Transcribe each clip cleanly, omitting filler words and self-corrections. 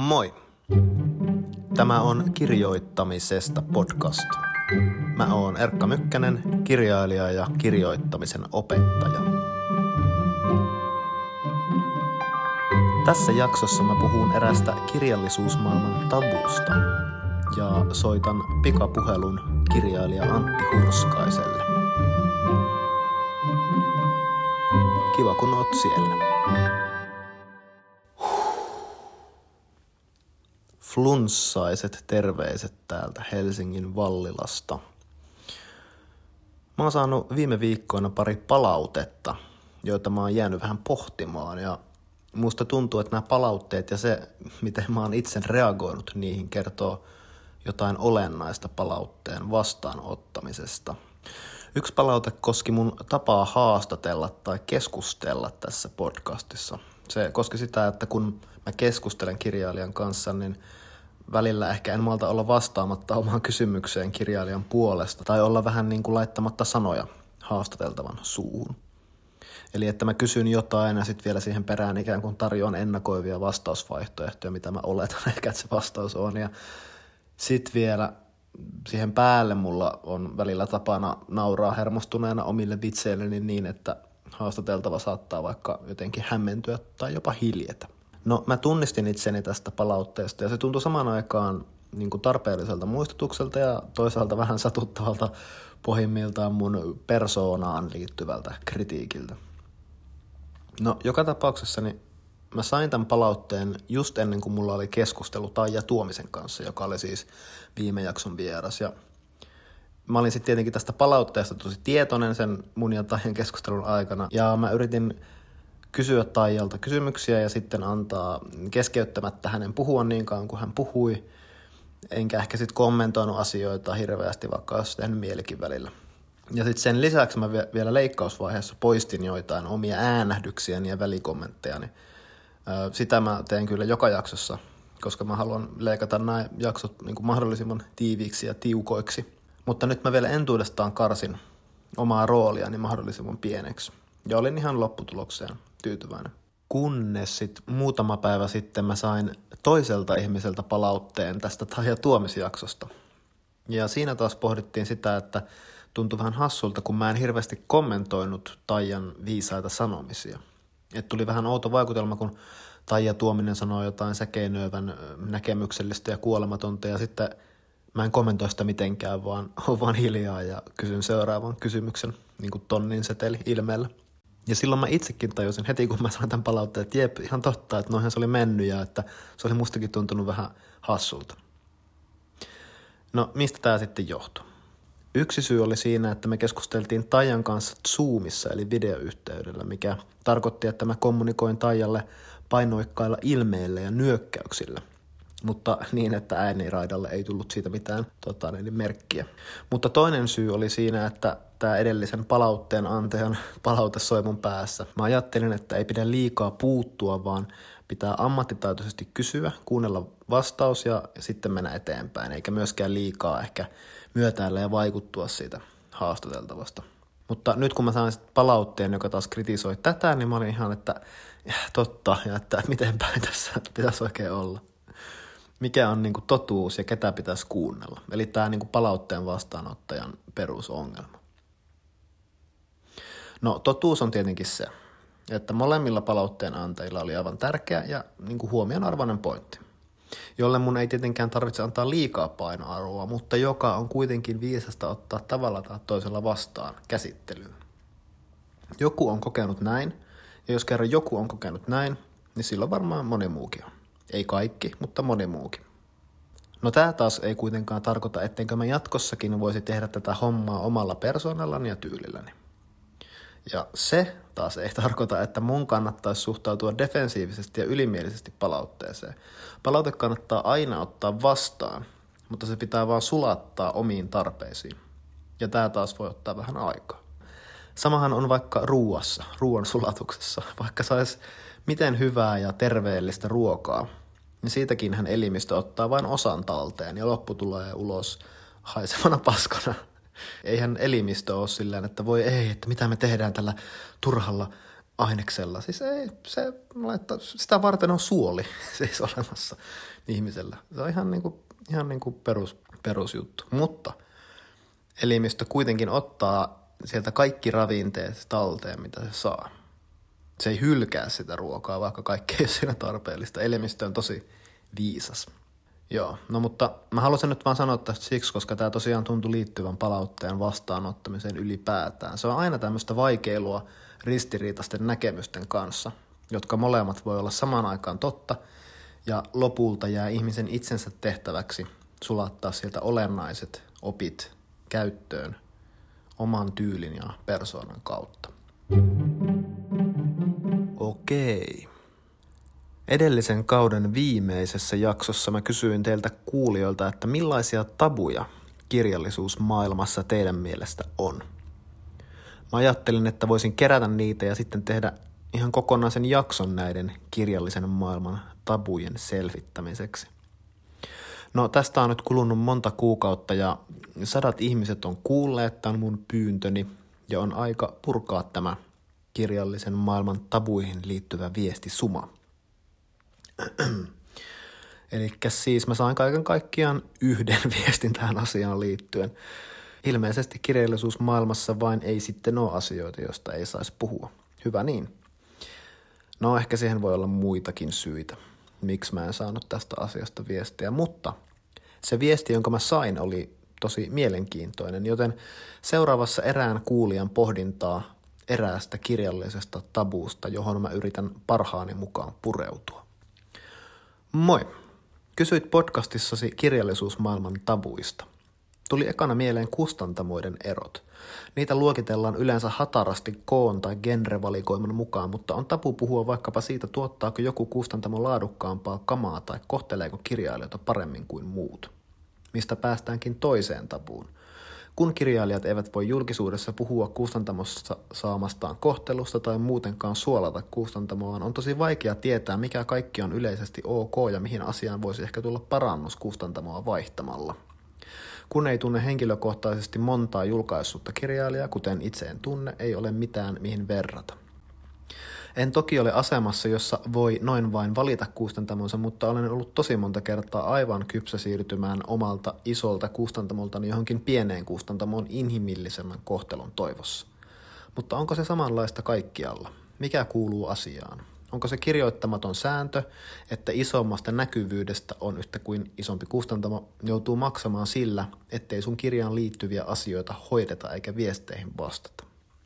Moi! Tämä on Kirjoittamisesta podcast. Mä oon Erkka Mykkänen, kirjailija ja kirjoittamisen opettaja. Tässä jaksossa mä puhun eräästä kirjallisuusmaailman tabusta ja soitan pikapuhelun kirjailija Antti Hurskaiselle. Kiva kun oot siellä. Flunssaiset terveiset täältä Helsingin Vallilasta. Mä oon saanut viime viikkoina pari palautetta, joita mä oon jäänyt vähän pohtimaan. Ja musta tuntuu, että nämä palautteet ja se, miten mä oon itse reagoinut niihin, kertoo jotain olennaista palautteen vastaanottamisesta. Yksi palaute koski mun tapaa haastatella tai keskustella tässä podcastissa. Se koski sitä, että kun mä keskustelen kirjailijan kanssa, niin välillä ehkä en malta olla vastaamatta omaan kysymykseen kirjailijan puolesta tai olla vähän niin kuin laittamatta sanoja haastateltavan suuhun. Eli että mä kysyn jotain ja sitten vielä siihen perään ikään kuin tarjoan ennakoivia vastausvaihtoehtoja, mitä mä oletan ehkä, että se vastaus on. Ja sitten vielä siihen päälle mulla on välillä tapana nauraa hermostuneena omille vitseilleni niin, että haastateltava saattaa vaikka jotenkin hämmentyä tai jopa hiljetä. No mä tunnistin itseni tästä palautteesta ja se tuntui samaan aikaan niin kuin tarpeelliselta muistutukselta ja toisaalta vähän satuttavalta pohjimmiltaan mun persoonaan liittyvältä kritiikiltä. No joka tapauksessa niin mä sain tämän palautteen just ennen kuin mulla oli keskustelu Taija Tuomisen kanssa, joka oli siis viime jakson vieras. Ja mä olin sitten tietenkin tästä palautteesta tosi tietoinen sen mun ja Taijan keskustelun aikana. Ja mä yritin kysyä Taijalta kysymyksiä ja sitten antaa keskeyttämättä hänen puhua niin kauan kuin hän puhui. Enkä ehkä sitten kommentoinut asioita hirveästi, vaikka olisi tehnyt mielikin välillä. Ja sitten sen lisäksi mä vielä leikkausvaiheessa poistin joitain omia äänähdyksiäni ja välikommenttejani. Sitä mä teen kyllä joka jaksossa, koska mä haluan leikata nämä jaksot niin kuin mahdollisimman tiiviiksi ja tiukoiksi. Mutta nyt mä vielä entuudestaan karsin omaa rooliani mahdollisimman pieneksi. Ja olin ihan lopputulokseen tyytyväinen. Kunnes sitten muutama päivä sitten mä sain toiselta ihmiseltä palautteen tästä Taija Tuomisjaksosta. Ja siinä taas pohdittiin sitä, että tuntui vähän hassulta, kun mä en hirveästi kommentoinut Taijan viisaita sanomisia. Et tuli vähän outo vaikutelma, kun Taija Tuominen sanoi jotain säkeinöövän näkemyksellistä ja kuolematonta, ja sitten mä en kommentoi sitä mitenkään, vaan olen vaan hiljaa ja kysyn seuraavan kysymyksen niin kuin tonnin seteli ilmeellä. Ja silloin mä itsekin tajusin heti, kun mä sain tämän palautteen, että jep, ihan totta, että noihän se oli mennyt ja että se oli mustakin tuntunut vähän hassulta. No, mistä tää sitten johtui? Yksi syy oli siinä, että me keskusteltiin Taijan kanssa Zoomissa, eli videoyhteydellä, mikä tarkoitti, että mä kommunikoin Taijalle painoikkailla ilmeillä ja nyökkäyksillä, mutta niin, että ääniraidalle ei tullut siitä mitään merkkiä. Mutta toinen syy oli siinä, että tämä edellisen palautteen antajan palaute soi mun päässä. Mä ajattelin, että ei pidä liikaa puuttua, vaan pitää ammattitaitoisesti kysyä, kuunnella vastaus ja sitten mennä eteenpäin, eikä myöskään liikaa ehkä myötäillä ja vaikuttua siitä haastateltavasta. Mutta nyt kun mä sain palautteen, joka taas kritisoi tätä, niin mä olin ihan, että totta, ja että miten päin tässä pitäisi oikein olla. Mikä on niin kuin totuus ja ketä pitäisi kuunnella. Eli tämä niin kuin palautteen vastaanottajan perusongelma. No totuus on tietenkin se, että molemmilla palautteen antajilla oli aivan tärkeä ja niin kuin huomionarvoinen pointti, jolle mun ei tietenkään tarvitse antaa liikaa painoarvoa, mutta joka on kuitenkin viisasta ottaa tavalla tai toisella vastaan käsittelyyn. Joku on kokenut näin, ja jos kerran joku on kokenut näin, niin silloin varmaan moni muukin on. Ei kaikki, mutta moni muukin. No tämä taas ei kuitenkaan tarkoita, ettenkö mä jatkossakin voisi tehdä tätä hommaa omalla persoonallani ja tyylilläni. Ja se taas ei tarkoita, että mun kannattaisi suhtautua defensiivisesti ja ylimielisesti palautteeseen. Palaute kannattaa aina ottaa vastaan, mutta se pitää vaan sulattaa omiin tarpeisiin. Ja tämä taas voi ottaa vähän aikaa. Samahan on vaikka ruoan sulatuksessa. Vaikka saisi miten hyvää ja terveellistä ruokaa, niin siitäkin elimistö ottaa vain osan talteen ja loppu tulee ulos haisevana paskana. Eihän elimistö ole silleen, että voi ei, että mitä me tehdään tällä turhalla aineksella. Siis ei, sitä varten on suoli siis olemassa ihmisellä. Se on ihan niin kuin perusjuttu. Mutta elimistö kuitenkin ottaa sieltä kaikki ravinteet talteen, mitä se saa. Se ei hylkää sitä ruokaa, vaikka kaikki ei ole siinä tarpeellista. Elimistö on tosi viisas. Joo, no mutta mä haluaisin nyt vaan sanoa tästä siksi, koska tämä tosiaan tuntui liittyvän palautteen vastaanottamiseen ylipäätään. Se on aina tämmöistä vaikeilua ristiriitaisten näkemysten kanssa, jotka molemmat voi olla samaan aikaan totta, ja lopulta jää ihmisen itsensä tehtäväksi sulattaa sieltä olennaiset opit käyttöön oman tyylin ja persoonan kautta. Okei. Edellisen kauden viimeisessä jaksossa mä kysyin teiltä kuulijoilta, että millaisia tabuja kirjallisuusmaailmassa teidän mielestä on. Mä ajattelin, että voisin kerätä niitä ja sitten tehdä ihan kokonaisen jakson näiden kirjallisen maailman tabujen selvittämiseksi. No tästä on nyt kulunut monta kuukautta ja 100 ihmiset on kuulleet tämän mun pyyntöni ja on aika purkaa tämä kirjallisen maailman tabuihin liittyvä viestisuma. Elikkä siis mä saan kaiken kaikkiaan yhden viestin tähän asiaan liittyen. Ilmeisesti kirjallisuusmaailmassa vain ei sitten ole asioita, joista ei saisi puhua. Hyvä niin. No ehkä siihen voi olla muitakin syitä, miksi mä en saanut tästä asiasta viestiä, mutta se viesti, jonka mä sain, oli tosi mielenkiintoinen, joten seuraavassa erään kuulijan pohdintaa eräästä kirjallisesta tabuusta, johon mä yritän parhaani mukaan pureutua. Moi! Kysyit podcastissasi kirjallisuusmaailman tabuista. Tuli ekana mieleen kustantamoiden erot. Niitä luokitellaan yleensä hatarasti koon tai genrevalikoiman mukaan, mutta on tabu puhua vaikkapa siitä, tuottaako joku kustantamo laadukkaampaa kamaa tai kohteleeko kirjailijoita paremmin kuin muut. Mistä päästäänkin toiseen tabuun. Kun kirjailijat eivät voi julkisuudessa puhua kustantamossa saamastaan kohtelusta tai muutenkaan suolata kustantamoaan, on tosi vaikea tietää, mikä kaikki on yleisesti ok ja mihin asiaan voisi ehkä tulla parannus kustantamoa vaihtamalla. Kun ei tunne henkilökohtaisesti montaa julkaissutta kirjailijaa, kuten itse en tunne, ei ole mitään mihin verrata. En toki ole asemassa, jossa voi noin vain valita kustantamonsa, mutta olen ollut tosi monta kertaa aivan kypsä siirtymään omalta isolta kustantamoltani johonkin pieneen kustantamoon inhimillisemmän kohtelun toivossa. Mutta onko se samanlaista kaikkialla? Mikä kuuluu asiaan? Onko se kirjoittamaton sääntö, että isommasta näkyvyydestä on yhtä kuin isompi kustantamo joutuu maksamaan sillä, ettei sun kirjaan liittyviä asioita hoideta eikä viesteihin vastata?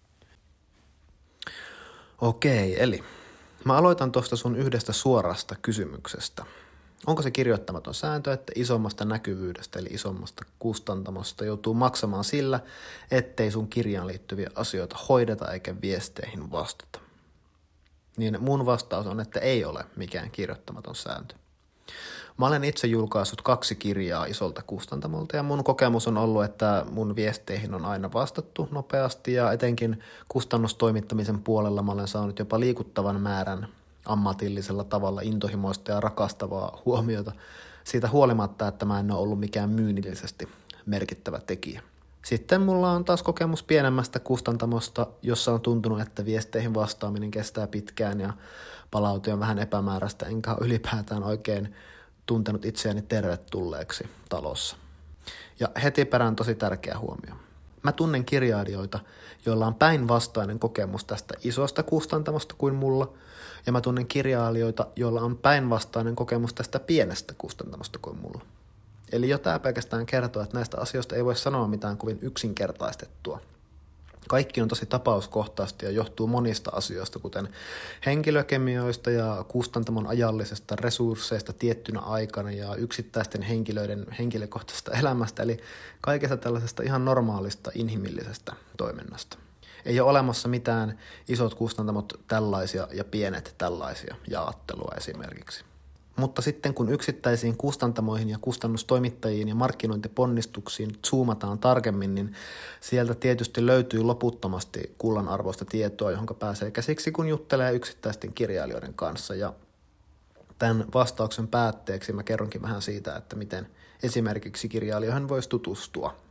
Okei, eli mä aloitan tuosta sun yhdestä suorasta kysymyksestä. Onko se kirjoittamaton sääntö, että isommasta näkyvyydestä eli isommasta kustantamosta joutuu maksamaan sillä, ettei sun kirjaan liittyviä asioita hoideta eikä viesteihin vastata? Niin mun vastaus on, että ei ole mikään kirjoittamaton sääntö. Mä olen itse julkaissut 2 kirjaa isolta kustantamolta ja mun kokemus on ollut, että mun viesteihin on aina vastattu nopeasti ja etenkin kustannustoimittamisen puolella mä olen saanut jopa liikuttavan määrän ammatillisella tavalla intohimoista ja rakastavaa huomiota siitä huolimatta, että mä en ole ollut mikään myynnillisesti merkittävä tekijä. Sitten mulla on taas kokemus pienemmästä kustantamosta, jossa on tuntunut, että viesteihin vastaaminen kestää pitkään ja palaute on vähän epämääräistä, enkä ole ylipäätään oikein tuntenut itseäni tervetulleeksi talossa. Ja heti perään tosi tärkeä huomio. Mä tunnen kirjailijoita, joilla on päinvastainen kokemus tästä isosta kustantamosta kuin mulla, ja mä tunnen kirjailijoita, joilla on päinvastainen kokemus tästä pienestä kustantamosta kuin mulla. Eli jo tämä pelkästään kertoo, että näistä asioista ei voi sanoa mitään kovin yksinkertaistettua. Kaikki on tosi tapauskohtaista ja johtuu monista asioista, kuten henkilökemioista ja kustantamon ajallisesta resursseista tiettynä aikana ja yksittäisten henkilöiden henkilökohtaisesta elämästä, eli kaikesta tällaisesta ihan normaalista inhimillisestä toiminnasta. Ei ole olemassa mitään isot kustantamot tällaisia ja pienet tällaisia jaottelua esimerkiksi. Mutta sitten kun yksittäisiin kustantamoihin ja kustannustoimittajiin ja markkinointiponnistuksiin zoomataan tarkemmin, niin sieltä tietysti löytyy loputtomasti kullanarvoista tietoa, johon pääsee käsiksi, kun juttelee yksittäisten kirjailijoiden kanssa. Ja tämän vastauksen päätteeksi mä kerronkin vähän siitä, että miten esimerkiksi kirjailijoihin voisi tutustua.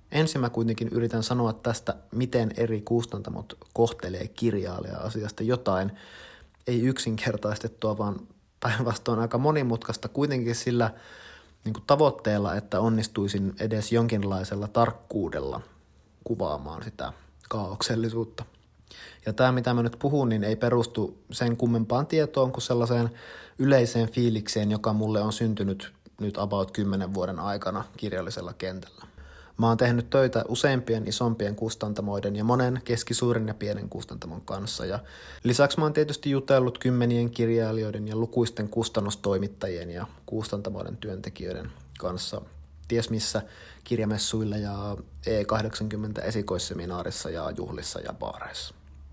Ensin mä kuitenkin yritän sanoa tästä, miten eri kustantamot kohtelee kirjailijaa asiasta jotain, ei yksinkertaistettua, vaan päinvastoin aika monimutkaista kuitenkin sillä niin kuin tavoitteella, että onnistuisin edes jonkinlaisella tarkkuudella kuvaamaan sitä kaaoksellisuutta. Ja tämä, mitä mä nyt puhun, niin ei perustu sen kummempaan tietoon kuin sellaiseen yleiseen fiilikseen, joka mulle on syntynyt nyt about 10 vuoden aikana kirjallisella kentällä. Mä oon tehnyt töitä useimpien isompien kustantamoiden ja monen keskisuuren ja pienen kustantamon kanssa. Ja lisäksi mä oon tietysti jutellut kymmenien kirjailijoiden ja lukuisten kustannustoimittajien ja kustantamoiden työntekijöiden kanssa ties missä kirjamessuilla ja E80 esikoisseminaarissa ja juhlissa ja baareissa.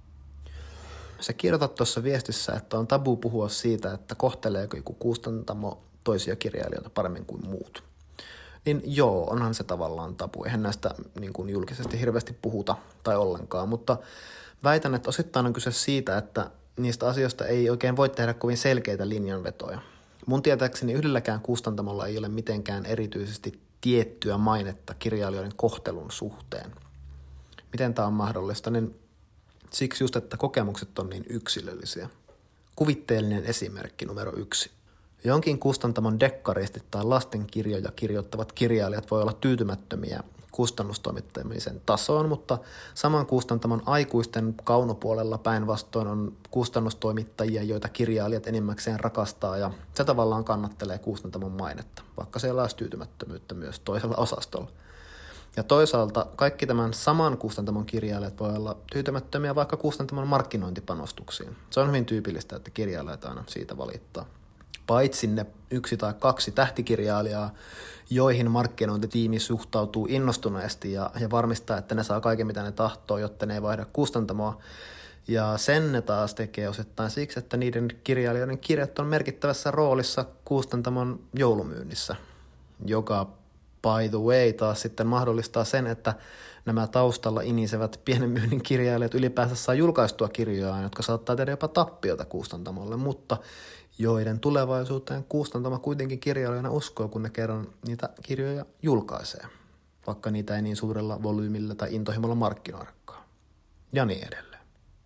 Sä kirjoitat tuossa viestissä, että on tabu puhua siitä, että kohteleeko joku kustantamo toisia kirjailijoita paremmin kuin muut. Niin joo, onhan se tavallaan tabu. Eihän näistä niin kuin julkisesti hirveästi puhuta tai ollenkaan, mutta väitän, että osittain on kyse siitä, että niistä asioista ei oikein voi tehdä kovin selkeitä linjanvetoja. Mun tietääkseni yhdelläkään kustantamolla ei ole mitenkään erityisesti tiettyä mainetta kirjailijoiden kohtelun suhteen. Miten tämä on mahdollista? Niin siksi just, että kokemukset on niin yksilöllisiä. Kuvitteellinen esimerkki numero 1. Jonkin kustantamon dekkaristit tai lastenkirjoja kirjoittavat kirjailijat voi olla tyytymättömiä kustannustoimittamisen tasoon, mutta saman kustantamon aikuisten kaunopuolella päinvastoin on kustannustoimittajia, joita kirjailijat enimmäkseen rakastaa, ja se tavallaan kannattelee kustantamon mainetta, vaikka siellä olisi tyytymättömyyttä myös toisella osastolla. Ja toisaalta kaikki tämän saman kustantamon kirjailijat voi olla tyytymättömiä vaikka kustantamon markkinointipanostuksiin. Se on hyvin tyypillistä, että kirjailijat aina siitä valittaa. Paitsi ne 1 tai 2 tähtikirjailijaa, joihin markkinointitiimi suhtautuu innostuneesti ja varmistaa, että ne saa kaiken mitä ne tahtoo, jotta ne ei vaihda kustantamoa. Ja sen ne taas tekee osittain siksi, että niiden kirjailijoiden kirjat on merkittävässä roolissa kustantamon joulumyynnissä, joka by the way taas sitten mahdollistaa sen, että nämä taustalla inisevät pienen myynnin kirjailijat ylipäänsä saa julkaistua kirjojaan, jotka saattaa tehdä jopa tappiota kustantamolle, mutta joiden tulevaisuuteen kustantamo kuitenkin kirjailijana uskoo, kun ne kerran niitä kirjoja julkaisee, vaikka niitä ei niin suurella volyymilla tai intohimolla markkinoidakaan. Ja niin edelleen.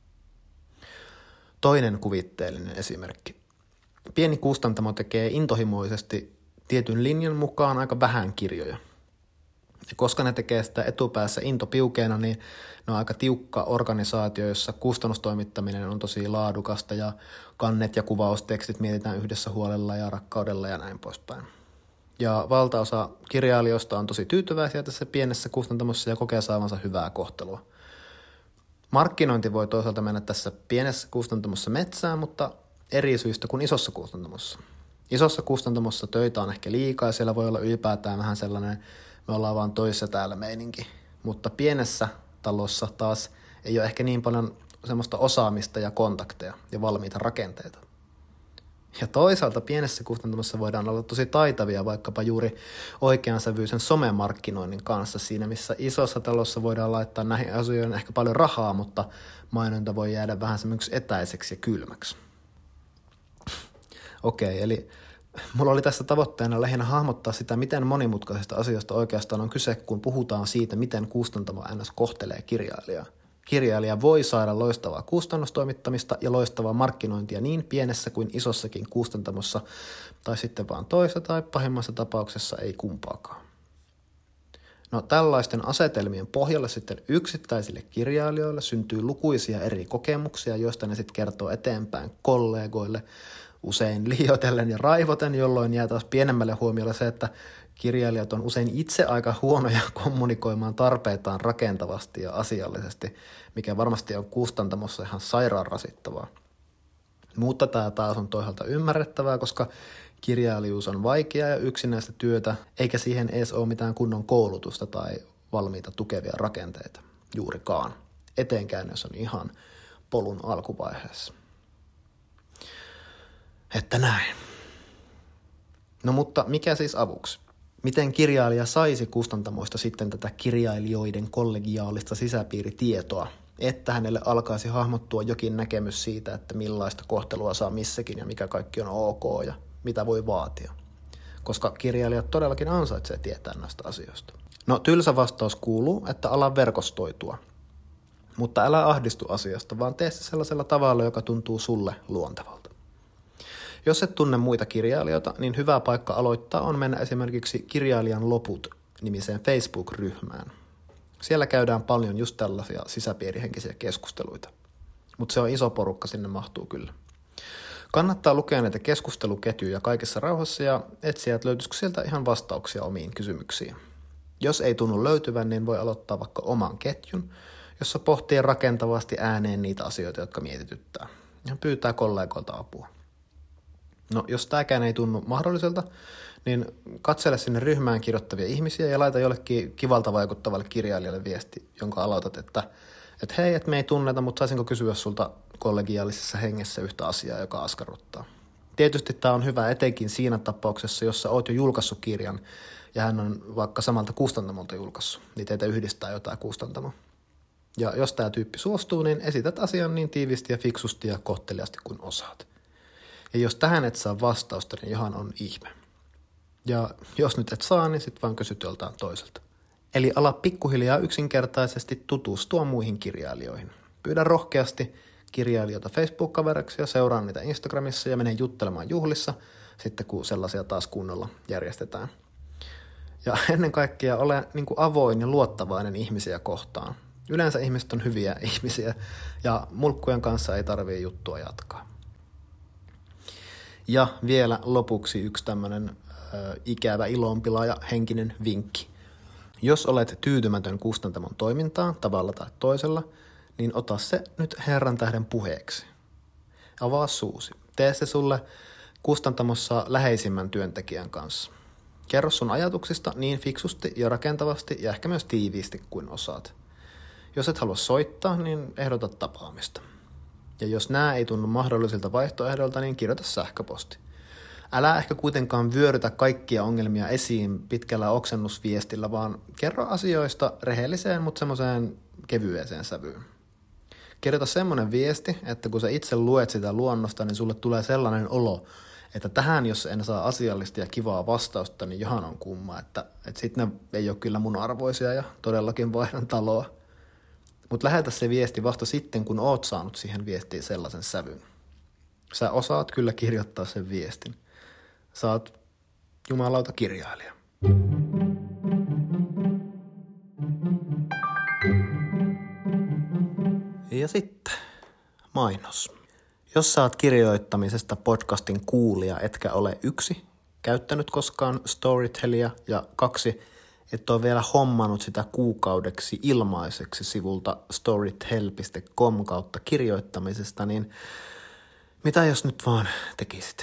Toinen kuvitteellinen esimerkki. Pieni kustantamo tekee intohimoisesti tietyn linjan mukaan aika vähän kirjoja. Ja koska ne tekee sitä etupäässä intopiukeena, niin ne on aika tiukka organisaatio, jossa kustannustoimittaminen on tosi laadukasta ja kannet ja kuvaustekstit mietitään yhdessä huolella ja rakkaudella ja näin poispäin. Ja valtaosa kirjailijoista on tosi tyytyväisiä tässä pienessä kustantamossa ja kokee saavansa hyvää kohtelua. Markkinointi voi toisaalta mennä tässä pienessä kustantamossa metsään, mutta eri syistä kuin isossa kustantamossa. Isossa kustantamossa töitä on ehkä liikaa ja siellä voi olla ylipäätään vähän sellainen me ollaan vaan toissa täällä meininki, mutta pienessä talossa taas ei ole ehkä niin paljon semmoista osaamista ja kontakteja ja valmiita rakenteita. Ja toisaalta pienessä kustantamossa voidaan olla tosi taitavia vaikkapa juuri oikeansävyisen somemarkkinoinnin kanssa siinä, missä isossa talossa voidaan laittaa näihin asioihin ehkä paljon rahaa, mutta mainonta voi jäädä vähän semmoiksi etäiseksi ja kylmäksi. Okei, eli mulla oli tässä tavoitteena lähinnä hahmottaa sitä, miten monimutkaisista asioista oikeastaan on kyse, kun puhutaan siitä, miten kustantamo NS kohtelee kirjailijaa. Kirjailija voi saada loistavaa kustannustoimittamista ja loistavaa markkinointia niin pienessä kuin isossakin kustantamossa, tai sitten vaan toisessa tai pahimmassa tapauksessa ei kumpaakaan. No tällaisten asetelmien pohjalle sitten yksittäisille kirjailijoille syntyy lukuisia eri kokemuksia, joista ne sitten kertoo eteenpäin kollegoille, usein liioitellen ja raivoten, jolloin jää taas pienemmälle huomiolle se, että kirjailijat on usein itse aika huonoja kommunikoimaan tarpeitaan rakentavasti ja asiallisesti, mikä varmasti on kustantamossa ihan sairaan rasittavaa. Mutta tämä taas on toisaalta ymmärrettävää, koska kirjailijuus on vaikeaa ja yksinäistä työtä, eikä siihen edes ole mitään kunnon koulutusta tai valmiita tukevia rakenteita juurikaan, etenkään jos on ihan polun alkuvaiheessa. Että näin. No mutta mikä siis avuksi? Miten kirjailija saisi kustantamoista sitten tätä kirjailijoiden kollegiaalista sisäpiiritietoa, että hänelle alkaisi hahmottua jokin näkemys siitä, että millaista kohtelua saa missäkin ja mikä kaikki on ok ja mitä voi vaatia? Koska kirjailijat todellakin ansaitsee tietää näistä asioista. No tylsä vastaus kuuluu, että ala verkostoitua. Mutta älä ahdistu asiasta, vaan tee se sellaisella tavalla, joka tuntuu sulle luontevalta. Jos et tunne muita kirjailijoita, niin hyvä paikka aloittaa on mennä esimerkiksi Kirjailijan loput -nimiseen Facebook-ryhmään. Siellä käydään paljon just tällaisia sisäpiirihenkisiä keskusteluita. Mutta se on iso porukka, sinne mahtuu kyllä. Kannattaa lukea näitä keskusteluketjuja kaikessa rauhassa ja etsiä, että löytyisikö sieltä ihan vastauksia omiin kysymyksiin. Jos ei tunnu löytyvän, niin voi aloittaa vaikka oman ketjun, jossa pohtii rakentavasti ääneen niitä asioita, jotka mietityttää. Ja pyytää kollegoilta apua. No, jos tämäkään ei tunnu mahdolliselta, niin katsele sinne ryhmään kirjoittavia ihmisiä ja laita jollekin kivalta vaikuttavalle kirjailijalle viesti, jonka aloitat, että hei, että me ei tunneta, mutta saisinko kysyä sulta kollegiaalisessa hengessä yhtä asiaa, joka askarruttaa. Tietysti tämä on hyvä etenkin siinä tapauksessa, jossa oot jo julkaissut kirjan ja hän on vaikka samalta kustantamolta julkaissut, niin teitä yhdistää jotain kustantamoa. Ja jos tämä tyyppi suostuu, niin esität asian niin tiivisti ja fiksusti ja kohteliasti kuin osaat. Ja jos tähän et saa vastausta, niin johan on ihme. Ja jos nyt et saa, niin sit vaan kysyt joltain toiselta. Eli ala pikkuhiljaa yksinkertaisesti tutustua muihin kirjailijoihin. Pyydä rohkeasti kirjailijoita Facebook-kaveriksi ja seuraa niitä Instagramissa ja mene juttelemaan juhlissa, sitten kun sellaisia taas kunnolla järjestetään. Ja ennen kaikkea ole niin kuin avoin ja luottavainen ihmisiä kohtaan. Yleensä ihmiset on hyviä ihmisiä ja mulkkujen kanssa ei tarvitse juttua jatkaa. Ja vielä lopuksi yksi tämmöinen ikävä ilonpilaaja henkinen vinkki. Jos olet tyytymätön kustantamon toimintaan tavalla tai toisella, niin ota se nyt Herran tähden puheeksi. Avaa suusi. Tee se sulle kustantamossa läheisimmän työntekijän kanssa. Kerro sun ajatuksista niin fiksusti ja rakentavasti ja ehkä myös tiiviisti kuin osaat. Jos et halua soittaa, niin ehdota tapaamista. Ja jos nämä ei tunnu mahdollisilta vaihtoehdolta, niin kirjoita sähköposti. Älä ehkä kuitenkaan vyörytä kaikkia ongelmia esiin pitkällä oksennusviestillä, vaan kerro asioista rehelliseen, mutta semmoiseen kevyeseen sävyyn. Kirjoita semmoinen viesti, että kun sä itse luet sitä luonnosta, niin sulle tulee sellainen olo, että tähän jos en saa asiallista ja kivaa vastausta, niin johan on kumma, että sitten ne ei ole kyllä mun arvoisia ja todellakin vaihdan taloa. Mutta lähetä se viesti vasta sitten, kun oot saanut siihen viestiin sellaisen sävyn. Sä osaat kyllä kirjoittaa sen viestin. Sä oot jumalauta kirjailija. Ja sitten mainos. Jos sä oot kirjoittamisesta podcastin kuulija, etkä ole 1, käyttänyt koskaan Storytelia ja 2, et ole vielä hommannut sitä kuukaudeksi ilmaiseksi sivulta storytel.com kautta kirjoittamisesta, niin mitä jos nyt vaan tekisit?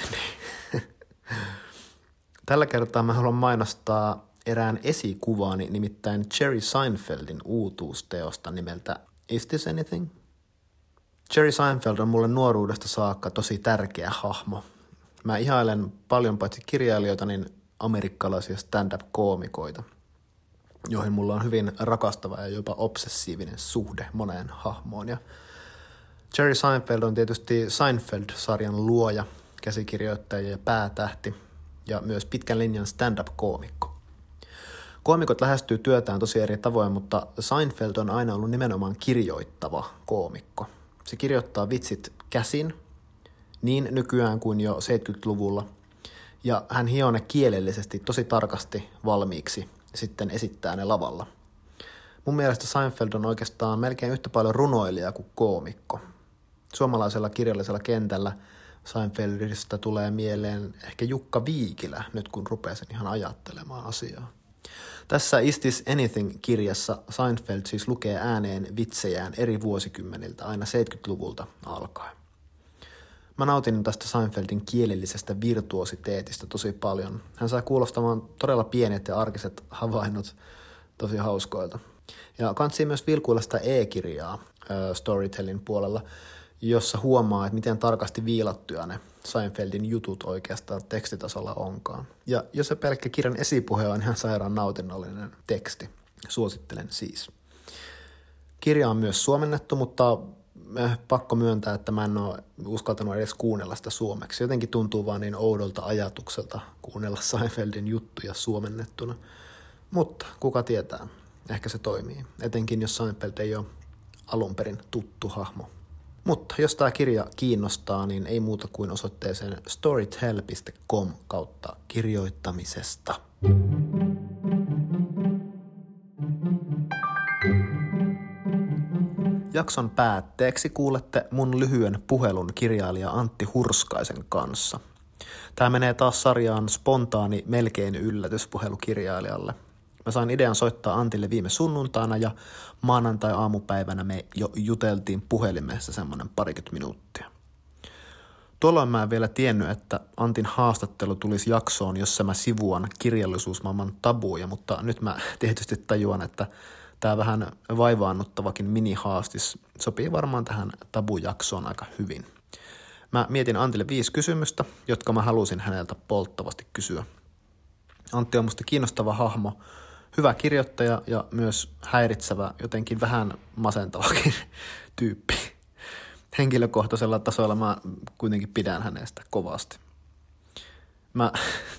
Tällä kertaa mä haluan mainostaa erään esikuvaani, nimittäin Jerry Seinfeldin uutuusteosta nimeltä Is This Anything? Jerry Seinfeld on mulle nuoruudesta saakka tosi tärkeä hahmo. Mä ihailen paljon paitsi kirjailijoita, niin amerikkalaisia stand-up-koomikoita, joihin mulla on hyvin rakastava ja jopa obsessiivinen suhde moneen hahmoon. Ja Jerry Seinfeld on tietysti Seinfeld-sarjan luoja, käsikirjoittaja ja päätähti ja myös pitkän linjan stand-up-koomikko. Koomikot lähestyy työtään tosi eri tavoin, mutta Seinfeld on aina ollut nimenomaan kirjoittava koomikko. Se kirjoittaa vitsit käsin, niin nykyään kuin jo 70-luvulla, ja hän hioo ne kielellisesti tosi tarkasti valmiiksi ja sitten esittää ne lavalla. Mun mielestä Seinfeld on oikeastaan melkein yhtä paljon runoilija kuin koomikko. Suomalaisella kirjallisella kentällä Seinfeldistä tulee mieleen ehkä Jukka Viikilä, nyt kun rupeaa sen ihan ajattelemaan asiaa. Tässä Is This Anything-kirjassa Seinfeld siis lukee ääneen vitsejään eri vuosikymmeniltä, aina 70-luvulta alkaen. Mä nautin tästä Seinfeldin kielellisestä virtuositeetista tosi paljon. Hän sai kuulostamaan todella pienet ja arkiset havainnot tosi hauskoilta. Ja kansi myös vilkuilla sitä e-kirjaa Storytelin puolella, jossa huomaa, että miten tarkasti viilattuja ne Seinfeldin jutut oikeastaan tekstitasolla onkaan. Ja jos se pelkkä kirjan esipuhe on ihan sairaan nautinnollinen teksti, suosittelen siis. Kirja on myös suomennettu, mutta pakko myöntää, että mä en ole uskaltanut edes kuunnella sitä suomeksi. Jotenkin tuntuu vaan niin oudolta ajatukselta kuunnella Seinfeldin juttuja suomennettuna. Mutta kuka tietää, ehkä se toimii, etenkin jos Seinfeld ei ole alun perin tuttu hahmo. Mutta jos tämä kirja kiinnostaa, niin ei muuta kuin osoitteeseen storytel.com kautta kirjoittamisesta. Jakson päätteeksi kuulette mun lyhyen puhelun kirjailija Antti Hurskaisen kanssa. Tämä menee taas sarjaan spontaani melkein yllätyspuhelu kirjailijalle. Mä sain idean soittaa Antille viime sunnuntaina ja maanantai-aamupäivänä me jo juteltiin puhelimessa semmoinen 20 minuuttia. Tuolloin mä en vielä tiennyt, että Antin haastattelu tulisi jaksoon, jossa mä sivuan kirjallisuusmaailman tabuja, mutta nyt mä tietysti tajuan, että tämä vähän vaivaannuttavakin minihaastis sopii varmaan tähän tabujaksoon aika hyvin. Mä mietin Antille 5 kysymystä, jotka mä halusin häneltä polttavasti kysyä. Antti on musta kiinnostava hahmo, hyvä kirjoittaja ja myös häiritsevä, jotenkin vähän masentavakin tyyppi. Henkilökohtaisella tasolla mä kuitenkin pidän hänestä kovasti. Mä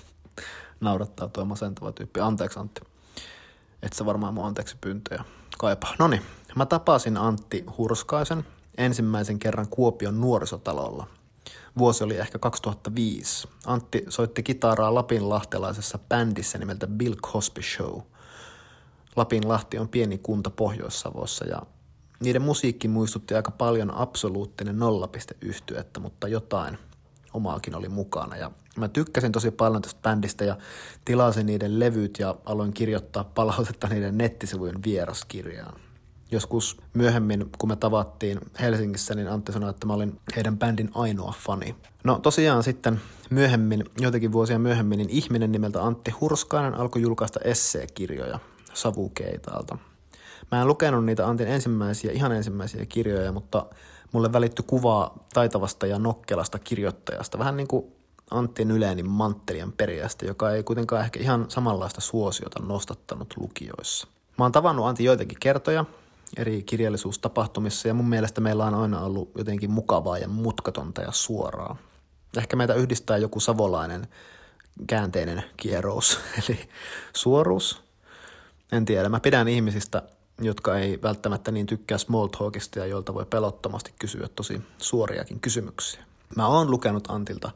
naurattaa tuo masentava tyyppi. Anteeksi Antti. Et sä varmaan mun anteeksi pyyntöjä kaipaa. Noniin, mä tapasin Antti Hurskaisen ensimmäisen kerran Kuopion nuorisotalolla. Vuosi oli ehkä 2005. Antti soitti kitaraa lapinlahtelaisessa bändissä nimeltä Bill Cosby Show. Lapinlahti on pieni kunta Pohjois-Savossa ja niiden musiikki muistutti aika paljon absoluuttinen nollapiste-yhtyettä, mutta jotain omaakin oli mukana. Ja mä tykkäsin tosi paljon tästä bändistä ja tilasin niiden levyt ja aloin kirjoittaa palautetta niiden nettisivujen vieraskirjaan. Joskus myöhemmin, kun me tavattiin Helsingissä, niin Antti sanoi, että mä olin heidän bändin ainoa fani. No tosiaan sitten myöhemmin, joitakin vuosia myöhemmin, niin ihminen nimeltä Antti Hurskainen alkoi julkaista esseekirjoja Savukeitaalta. Mä en lukenut niitä Antin ihan ensimmäisiä kirjoja, mutta mulle välittyi kuvaa taitavasta ja nokkelasta kirjoittajasta. Vähän niin kuin Antti Nylenin Manttelien perijästä, joka ei kuitenkaan ehkä ihan samanlaista suosiota nostattanut lukijoissa. Mä oon tavannut Antin joitakin kertoja eri kirjallisuustapahtumissa ja mun mielestä meillä on aina ollut jotenkin mukavaa ja mutkatonta ja suoraa. Ehkä meitä yhdistää joku savolainen käänteinen kierous, eli suoruus. En tiedä, mä pidän ihmisistä, jotka ei välttämättä niin tykkää small talkista ja joilta voi pelottomasti kysyä tosi suoriakin kysymyksiä. Mä oon lukenut Antilta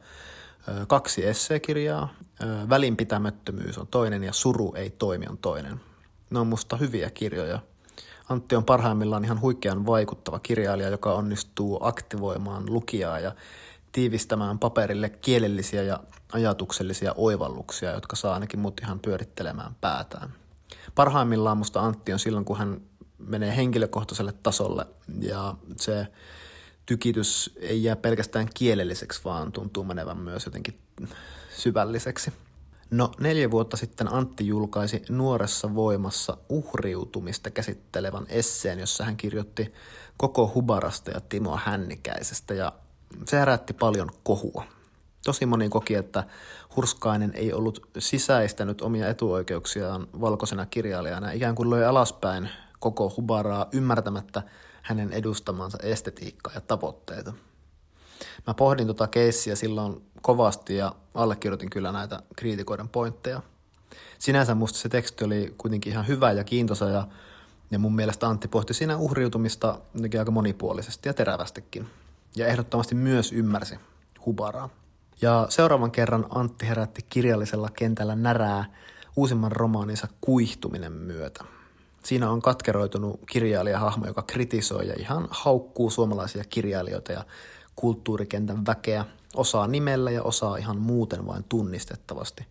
2 esseekirjaa, Välinpitämättömyys on toinen ja Suru ei toimi on toinen. Ne on musta hyviä kirjoja. Antti on parhaimmillaan ihan huikean vaikuttava kirjailija, joka onnistuu aktivoimaan lukijaa ja tiivistämään paperille kielellisiä ja ajatuksellisia oivalluksia, jotka saa ainakin mut ihan pyörittelemään päätään. Parhaimmillaan musta Antti on silloin, kun hän menee henkilökohtaiselle tasolle ja se tykitys ei jää pelkästään kielelliseksi, vaan tuntuu menevän myös jotenkin syvälliseksi. No 4 vuotta sitten Antti julkaisi Nuoressa voimassa uhriutumista käsittelevän esseen, jossa hän kirjoitti koko Hubarasta ja Timo Hännikäisestä ja se herätti paljon kohua. Tosi moni koki, että Hurskainen ei ollut sisäistänyt omia etuoikeuksiaan valkoisena kirjailijana, ikään kuin löi alaspäin koko Hubaraa ymmärtämättä hänen edustamansa estetiikkaa ja tavoitteita. Mä pohdin tota keissiä silloin kovasti ja allekirjoitin kyllä näitä kriitikoiden pointteja. Sinänsä musta se teksti oli kuitenkin ihan hyvä ja kiintoisa ja mun mielestä Antti pohti siinä uhriutumista aika monipuolisesti ja terävästikin. Ja ehdottomasti myös ymmärsi Hubaraa. Ja seuraavan kerran Antti herätti kirjallisella kentällä närää uusimman romaaninsa Kuihtuminen myötä. Siinä on katkeroitunut kirjailijahahmo, joka kritisoi ja ihan haukkuu suomalaisia kirjailijoita ja kulttuurikentän väkeä. Osaa nimellä ja osaa ihan muuten vain tunnistettavasti.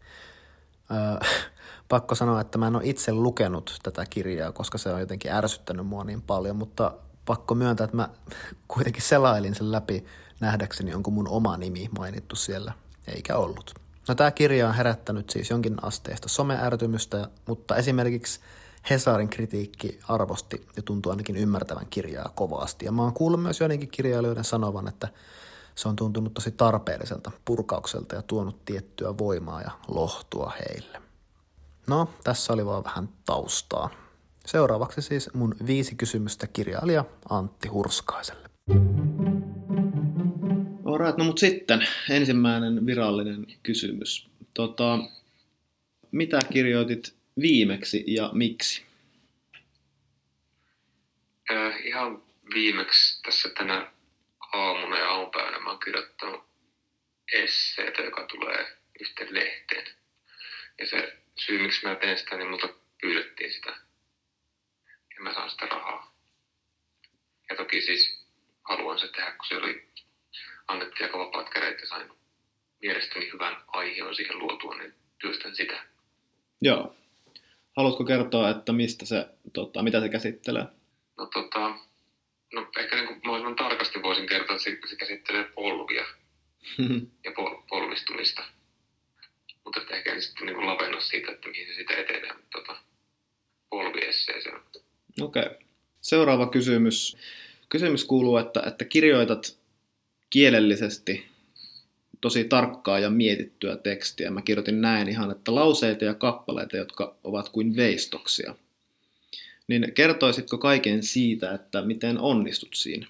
Pakko sanoa, että mä en ole itse lukenut tätä kirjaa, koska se on jotenkin ärsyttänyt mua niin paljon, mutta pakko myöntää, että mä kuitenkin selailin sen läpi nähdäkseni, onko mun oma nimi mainittu siellä, eikä ollut. No tää kirja on herättänyt siis jonkin asteista someärtymystä, mutta esimerkiksi Hesarin kritiikki arvosti ja tuntuu ainakin ymmärtävän kirjaa kovasti. Ja mä oon kuullut myös joidenkin kirjailijoiden sanovan, että se on tuntunut tosi tarpeelliselta purkaukselta ja tuonut tiettyä voimaa ja lohtua heille. No, tässä oli vaan vähän taustaa. Seuraavaksi siis mun 5 kysymystä kirjailija Antti Hurskaiselle. Alright, no mut sitten ensimmäinen virallinen kysymys. Mitä kirjoitit viimeksi ja miksi? Ihan viimeksi tässä tänä aamuna ja aamupäivänä mä oon kirjoittanut esseetä, joka tulee yhteen lehteen. Ja se syy, miksi mä teen sitä, niin multa pyydettiin sitä. Ja mä saan sitä rahaa. Ja toki siis haluan se tehdä, kun se oli annettiin aika vapaat kädet ja sain mielestäni hyvän aiheen siihen luotua, niin työstän sitä. Joo. Haluatko kertoa, että mistä se, mitä se käsittelee? No ehkä niin kuin mahdollisimman tarkasti voisin kertoa, että se käsittelee polvia ja polvistumista. Mutta ehkä en sitten niin lavenna siitä, että mihin se sitä etenee, mutta polviesseeseen. Okei. Seuraava kysymys. Kysymys kuuluu, että kirjoitat kielellisesti tosi tarkkaa ja mietittyä tekstiä. Mä kirjoitin näin ihan, että lauseita ja kappaleita, jotka ovat kuin veistoksia. Niin kertoisitko kaiken siitä, että miten onnistut siinä?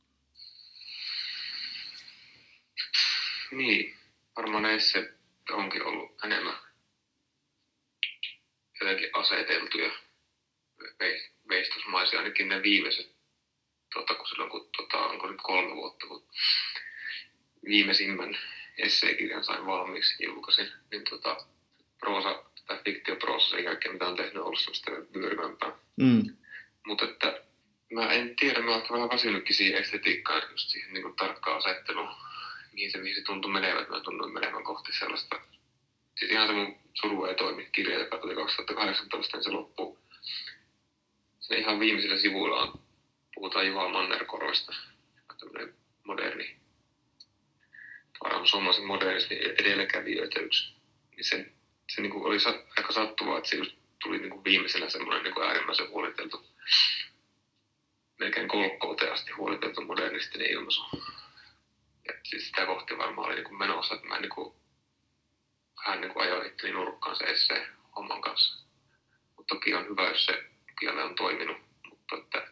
Niin, varmaan näissä onkin ollut enemmän jotenkin aseteltuja veistosmaisia, ainakin ne viimeiset, kun silloin kun onko nyt 3 vuotta, kun viimeisimmän esseekirjan sain valmiiksi julkaisin, niin proosa tai fiktioproosa sen jälkeen, mitä on tehnyt, on ollut semmoista vyöryvämpää. Mutta että mä en tiedä, mä oon ehkä vähän väsynytkin siihen estetiikkaan, just siihen niin kuin tarkkaan asetteluun, mihin se tuntui menevän, että mä tunnuin menevän kohti sellaista. Siis ihan se mun Suru ei toimi -kirja, joka tuli 2018, niin se loppuu. Sen ihan viimeisillä sivuilla puhutaan Juha Mannerkorvasta, tämmöinen moderni, varmaan suomalaisen modernismin edelläkävijöitä yksi. Niin se niin kuin oli aika sattuvaa, että se just tuli niin kuin viimeisenä semmoinen niin kuin äärimmäisen huoliteltu, melkein kolkkouteen asti huoliteltu modernistinen ilmaisu. Ja siis sitä kohti varmaan oli niin kuin menossa, että mä niin kuin vähän niin kuin ajoin itteni nurkkaan se esseen homman kanssa. Mutta toki on hyvä, jos se kiele on toiminut. Mutta että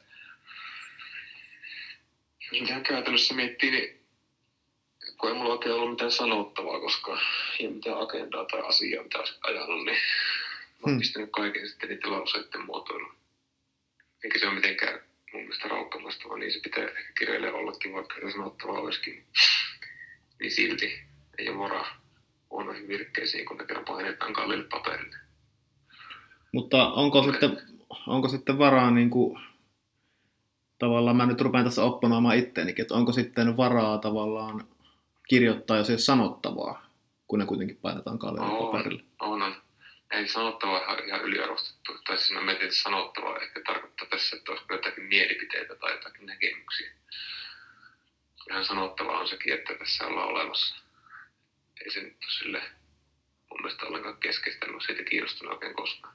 jos ihan käytännössä miettii, niin kun ei mulla oikein ollut mitään sanottavaa koskaan ja mitään agendaa tai asiaa, mitä olisi ajanut, niin mä oon pistänyt kaiken sitten niiden lauseiden muotoiluun. Eikä se ole mitenkään mun mielestä raukkamaista, vaan niin se pitää ehkä kirjailija ollakin, vaikka se sanottavaa olisikin. Niin silti ei ole varaa huonoihin virkkeisiin, kun ne kerran painetaan kalliille paperille. Mutta onko sitten varaa niin kuin, tavallaan, mä nyt rupean tässä opponoimaan itteenikin, että onko sitten varaa tavallaan kirjoittaa, jos ei ole sanottavaa, kun ne kuitenkin painetaan kalliille paperille? On. Ei sanottavaa ihan yliarvostettu. Tai siis mä mietin, että sanottavaa ehkä tarkoittaa tässä, että olisiko jotakin mielipiteitä tai jotakin näkemyksiä. Ihan sanottavaa on sekin, että tässä ollaan olemassa. Ei se nyt ole silleen mun mielestä ollenkaan keskeistä, en ole siitä kiinnostunut oikein koskaan.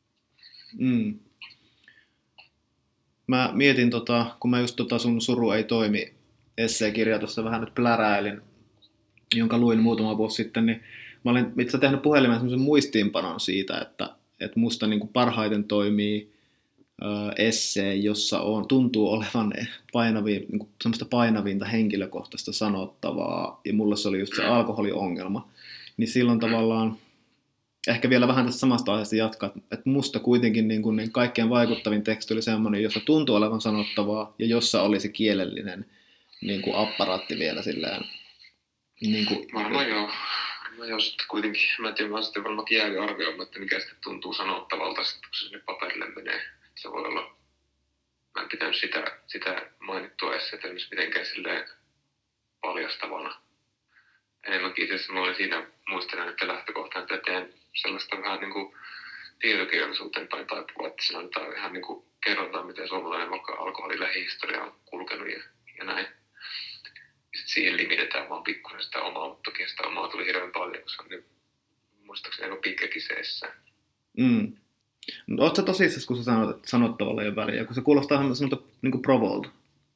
Mä mietin, kun mä just sun Suru ei toimi -esseekirjaa tuossa vähän nyt pläräilin, jonka luin muutama vuosi sitten, niin mä olin itse asiassa tehnyt puhelimeen semmoisen muistiinpanon siitä, että musta niin kuin parhaiten toimii essee, jossa tuntuu olevan niin semmoista painavinta henkilökohtaista sanottavaa, ja mulla se oli just se alkoholiongelma, niin silloin tavallaan ehkä vielä vähän tästä samasta aiheesta jatkaa, että musta kuitenkin niin kaikkein vaikuttavin teksti oli semmoinen, jossa tuntuu olevan sanottavaa, ja jossa oli se kielellinen niin kuin apparaatti vielä silleen. Niin kuin, varmaan joo, sitten kuitenkin, mä en tiedä, mä oon sitten varmaan jäänyt arvioimaan, että mikä sitten tuntuu sanottavalta, sitten, kun se sinne paperille menee. Se voi olla, mä en pitänyt sitä mainittua essetelmissä mitenkään silleen paljastavana. Enemmänkin itse asiassa mä olin siinä, muistelen, että lähtökohtaan, että teen sellaista vähän niin kuin tietokirjallisuuteen päin taipuvaa, että siinä on ihan niin kuin kerrotaan, miten suomalainen vaikka alkoholin lähihistoria on kulkenut ja näin. Ja sitten siihen limitetään vaan pikkuinen sitä omaa, mutta toki sitä omaa tuli hirveän paljon, koska on niin, muistaakseni aika pitkäkin se essä. No, ootko sä tosissaan, kun sä sanot, että sanottavalla ei ole väliä, kun se kuulostaa ihan sanottu niin provolta?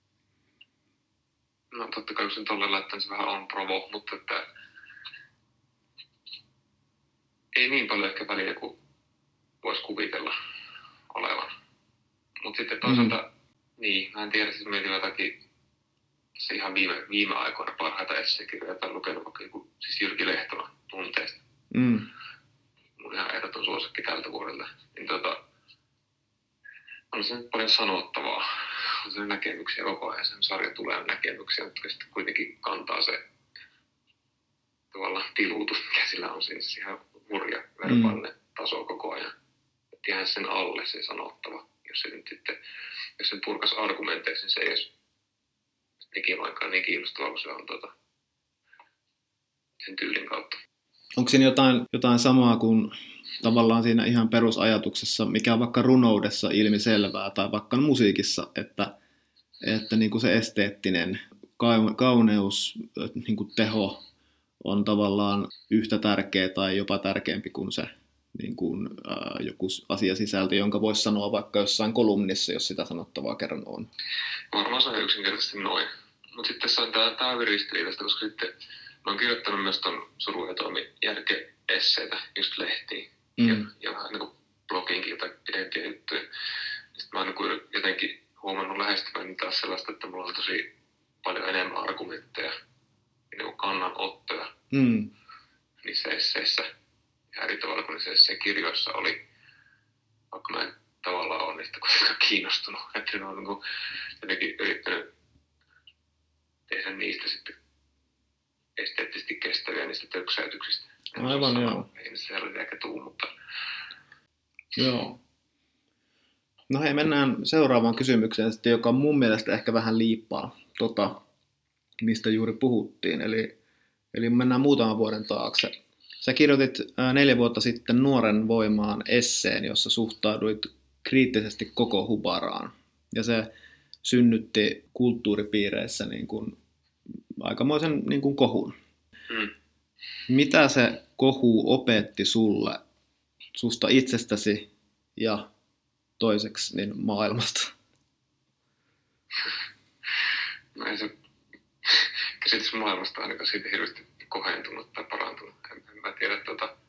No totta kai, kun sen tolleen laittaa, se vähän on provo, mutta että ei niin paljon ehkä väliä kuin voisi kuvitella olevan. Mutta sitten toisaalta, niin, mä en tiedä, siis mietin jotakin se ihan viime aikoina parhaita esseekirjoja, joita on lukenut vaikka siis Jyrki Lehtola Tunteesta. Mun ihan ehdoton suosikki tältä vuodelta. Niin on se nyt paljon sanottavaa. On se näkemyksiä koko ajan. Sen sarja tulee näkemyksiä, mutta sitten kuitenkin kantaa se tavallaan tiluutus, mikä sillä on siis ihan hurja verbaalinen taso koko ajan. Et jää sen alle se sanottava. Jos se nyt sitten, jos sen purkas argumenteiksi, niin se ei olisi ikimainkaan niin kiinnostavaa, kun se on sen tyylin kautta. Onko siinä jotain samaa kuin tavallaan siinä ihan perusajatuksessa, mikä on vaikka runoudessa ilmiselvää tai vaikka musiikissa, että niin kuin se esteettinen kauneus, niin kuin teho on tavallaan yhtä tärkeä tai jopa tärkeämpi kuin se niin kuin, joku asiasisältö, jonka voisi sanoa vaikka jossain kolumnissa, jos sitä sanottavaa kerran on. Varmaan se on yksinkertaisesti noin. Mutta sitten tässä on tämä hyvin ristiriitaista, koska sitten mä oon kirjoittanut myös ton Suru ja Toimi järke-esseitä just lehtiin ja vähän niin kuin blogiinkin jotain pidempiä juttuja. Sitten mä oon niin jotenkin huomannut lähestymäni taas sellaista, että mulla on tosi paljon enemmän argumentteja ja niin kannanottoja niissä esseissä. Ja eri tavalla kuin niissä esseen-kirjoissa oli, vaikka mä en tavallaan ole niistä kuitenkaan kiinnostunut. Että ne on niin jotenkin yrittänyt tehdä niistä sitten esteettisesti kestäviä niistä töksäytyksistä. Aivan, joo. Ei ne sellaisia ehkä tuu, mutta... Joo. No hei, mennään seuraavaan kysymykseen sitten, joka mun mielestä ehkä vähän liippaa mistä juuri puhuttiin. Eli mennään muutaman vuoden taakse. Sä kirjoitit 4 vuotta sitten Nuoren voimaan esseen, jossa suhtauduit kriittisesti koko Hubaraan. Ja se synnytti kulttuuripiireissä niin kuin aikamoisen niin kuin kohun. Mitä se kohu opetti susta itsestäsi ja toiseksi niin maailmasta? No ei se käsitys maailmasta ainakaan siitä hirveästi kohentunut tai parantunut. En mä tiedä,